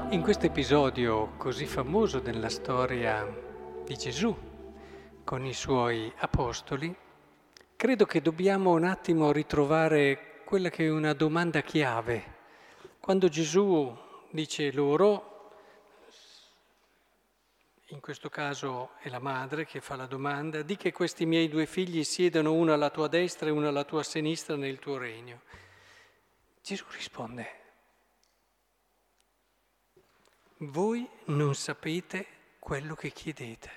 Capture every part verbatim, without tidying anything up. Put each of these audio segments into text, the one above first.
In questo episodio così famoso della storia di Gesù con i suoi apostoli, credo che dobbiamo un attimo ritrovare quella che è una domanda chiave. Quando Gesù dice loro, in questo caso è la madre che fa la domanda, di che questi miei due figli siedano uno alla tua destra e uno alla tua sinistra nel tuo regno. Gesù risponde: voi non sapete quello che chiedete.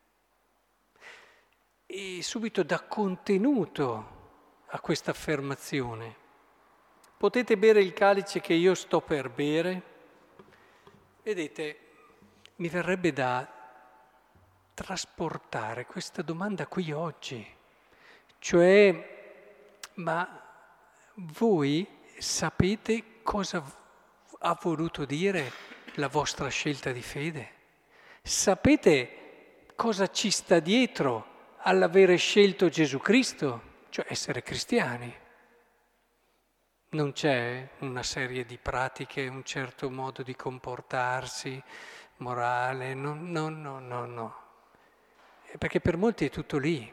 E subito dà contenuto a questa affermazione. Potete bere il calice che io sto per bere? Vedete, mi verrebbe da trasportare questa domanda qui oggi. Cioè, ma voi sapete cosa ha voluto dire la vostra scelta di fede? Sapete cosa ci sta dietro all'avere scelto Gesù Cristo? Cioè essere cristiani. Non c'è una serie di pratiche, un certo modo di comportarsi, morale, no, no, no, no, no. Perché per molti è tutto lì.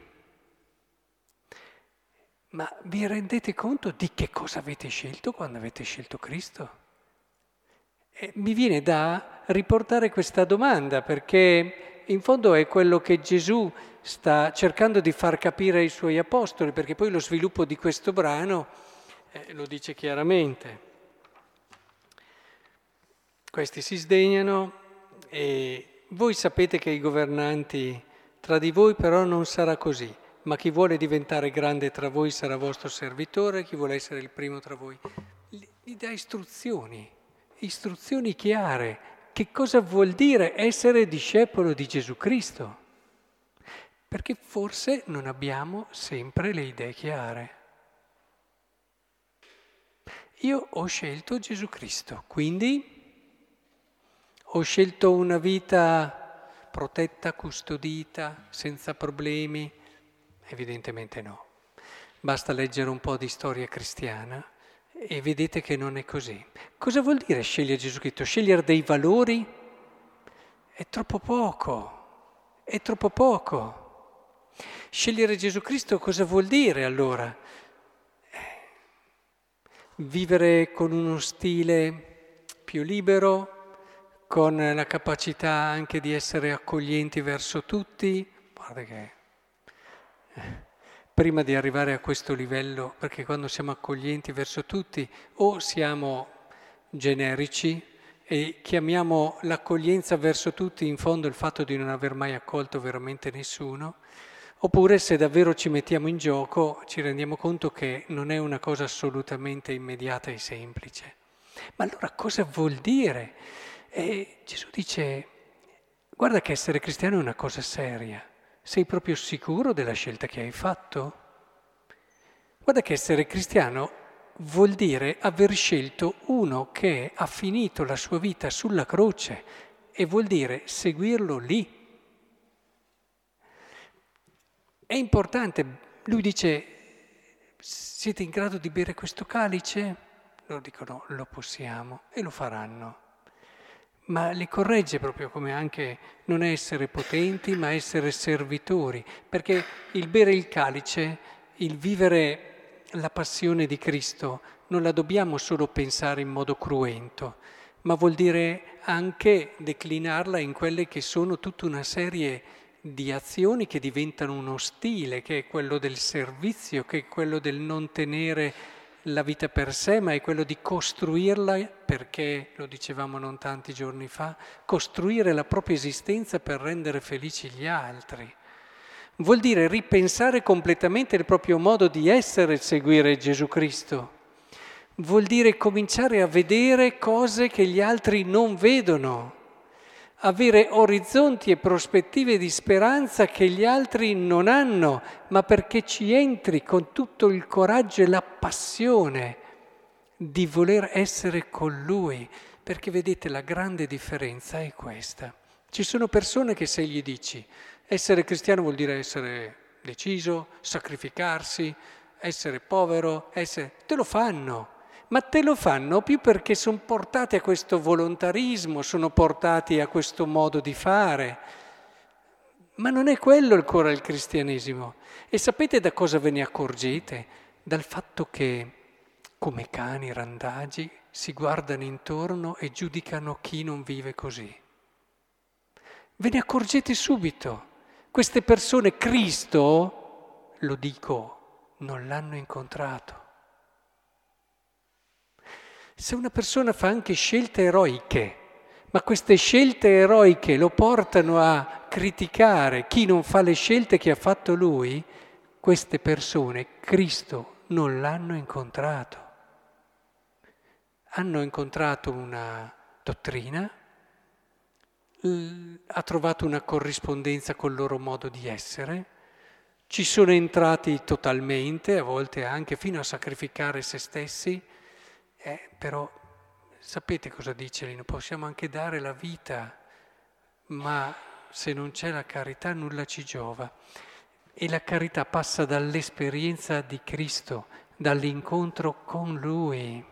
Ma vi rendete conto di che cosa avete scelto quando avete scelto Cristo? E mi viene da riportare questa domanda, perché in fondo è quello che Gesù sta cercando di far capire ai suoi apostoli, perché poi lo sviluppo di questo brano eh, lo dice chiaramente. Questi si sdegnano e voi sapete che i governanti tra di voi però non sarà così, ma chi vuole diventare grande tra voi sarà vostro servitore, chi vuole essere il primo tra voi. Gli dà istruzioni. Istruzioni chiare. Che cosa vuol dire essere discepolo di Gesù Cristo? Perché forse non abbiamo sempre le idee chiare. Io ho scelto Gesù Cristo, quindi ho scelto una vita protetta, custodita, senza problemi? Evidentemente no. Basta leggere un po' di storia cristiana e vedete che non è così. Cosa vuol dire scegliere Gesù Cristo? Scegliere dei valori? È troppo poco, è troppo poco. Scegliere Gesù Cristo cosa vuol dire allora? Vivere con uno stile più libero, con la capacità anche di essere accoglienti verso tutti? Guarda che prima di arrivare a questo livello, perché quando siamo accoglienti verso tutti, o siamo generici e chiamiamo l'accoglienza verso tutti in fondo il fatto di non aver mai accolto veramente nessuno, oppure se davvero ci mettiamo in gioco ci rendiamo conto che non è una cosa assolutamente immediata e semplice. Ma allora cosa vuol dire? E Gesù dice: guarda che essere cristiano è una cosa seria. Sei proprio sicuro della scelta che hai fatto? Guarda che essere cristiano vuol dire aver scelto uno che ha finito la sua vita sulla croce e vuol dire seguirlo lì. È importante, lui dice: siete in grado di bere questo calice? Loro dicono: lo possiamo, e lo faranno. Ma li corregge proprio come anche non essere potenti, ma essere servitori, perché il bere il calice, il vivere la passione di Cristo, non la dobbiamo solo pensare in modo cruento, ma vuol dire anche declinarla in quelle che sono tutta una serie di azioni che diventano uno stile, che è quello del servizio, che è quello del non tenere la vita per sé, ma è quello di costruirla, perché, lo dicevamo non tanti giorni fa, costruire la propria esistenza per rendere felici gli altri. Vuol dire ripensare completamente il proprio modo di essere e seguire Gesù Cristo. Vuol dire cominciare a vedere cose che gli altri non vedono, avere orizzonti e prospettive di speranza che gli altri non hanno, ma perché ci entri con tutto il coraggio e la passione di voler essere con Lui. Perché vedete, la grande differenza è questa. Ci sono persone che se gli dici essere cristiano vuol dire essere deciso, sacrificarsi, essere povero, essere... te lo fanno. ma te lo fanno più perché sono portati a questo volontarismo, sono portati a questo modo di fare. Ma non è quello ancora il cristianesimo. E sapete da cosa ve ne accorgete? Dal fatto che, come cani randagi, si guardano intorno e giudicano chi non vive così. Ve ne accorgete subito. Queste persone Cristo, lo dico, non l'hanno incontrato. Se una persona fa anche scelte eroiche, ma queste scelte eroiche lo portano a criticare chi non fa le scelte che ha fatto lui, queste persone Cristo non l'hanno incontrato. Hanno incontrato una dottrina, ha trovato una corrispondenza col loro modo di essere, ci sono entrati totalmente, a volte anche fino a sacrificare se stessi, eh, però sapete cosa dice lì? Possiamo anche dare la vita, ma se non c'è la carità nulla ci giova. E la carità passa dall'esperienza di Cristo, dall'incontro con Lui.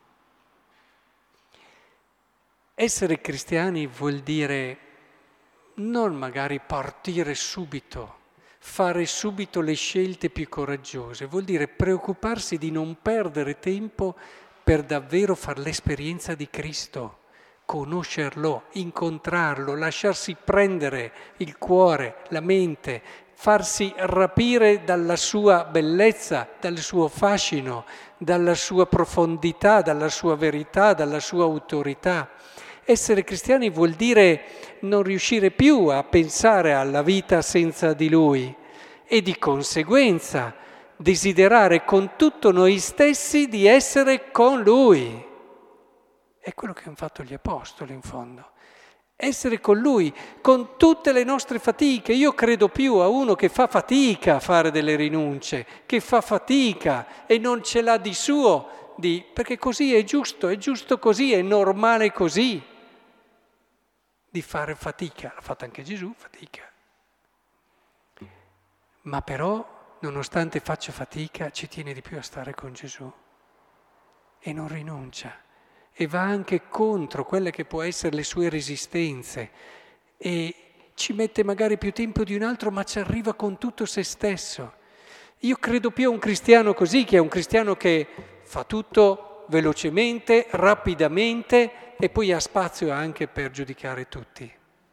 Essere cristiani vuol dire non magari partire subito, fare subito le scelte più coraggiose, vuol dire preoccuparsi di non perdere tempo per davvero fare l'esperienza di Cristo, conoscerlo, incontrarlo, lasciarsi prendere il cuore, la mente, farsi rapire dalla sua bellezza, dal suo fascino, dalla sua profondità, dalla sua verità, dalla sua autorità. Essere cristiani vuol dire non riuscire più a pensare alla vita senza di Lui e di conseguenza desiderare con tutto noi stessi di essere con Lui. È quello che hanno fatto gli apostoli in fondo. Essere con Lui, con tutte le nostre fatiche. Io credo più a uno che fa fatica a fare delle rinunce, che fa fatica e non ce l'ha di suo, di, perché così è giusto, è giusto così, è normale così, di fare fatica. L'ha fatta anche Gesù, fatica. Ma però, nonostante faccia fatica, ci tiene di più a stare con Gesù e non rinuncia. E va anche contro quelle che può essere le sue resistenze e ci mette magari più tempo di un altro, ma ci arriva con tutto se stesso. Io credo più a un cristiano così, che a un cristiano che fa tutto velocemente, rapidamente e poi ha spazio anche per giudicare tutti.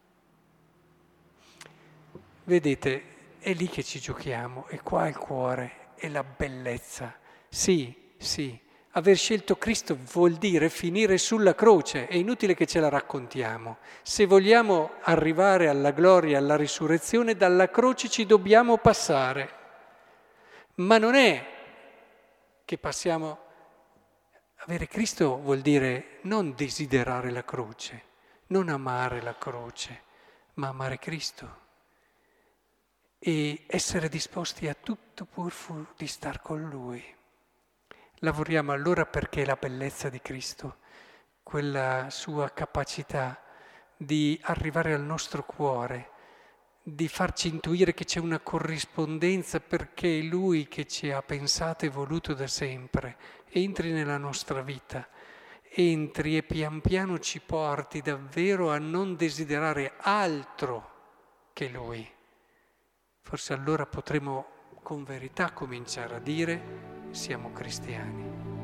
Vedete, è lì che ci giochiamo, è qua il cuore, è la bellezza. Sì, sì. Aver scelto Cristo vuol dire finire sulla croce, è inutile che ce la raccontiamo. Se vogliamo arrivare alla gloria, alla risurrezione, dalla croce ci dobbiamo passare. Ma non è che passiamo... Avere Cristo vuol dire non desiderare la croce, non amare la croce, ma amare Cristo. E essere disposti a tutto pur di star con Lui. Lavoriamo allora perché la bellezza di Cristo, quella sua capacità di arrivare al nostro cuore, di farci intuire che c'è una corrispondenza perché è Lui che ci ha pensato e voluto da sempre, entri nella nostra vita, entri e pian piano ci porti davvero a non desiderare altro che Lui. Forse allora potremo con verità cominciare a dire siamo cristiani.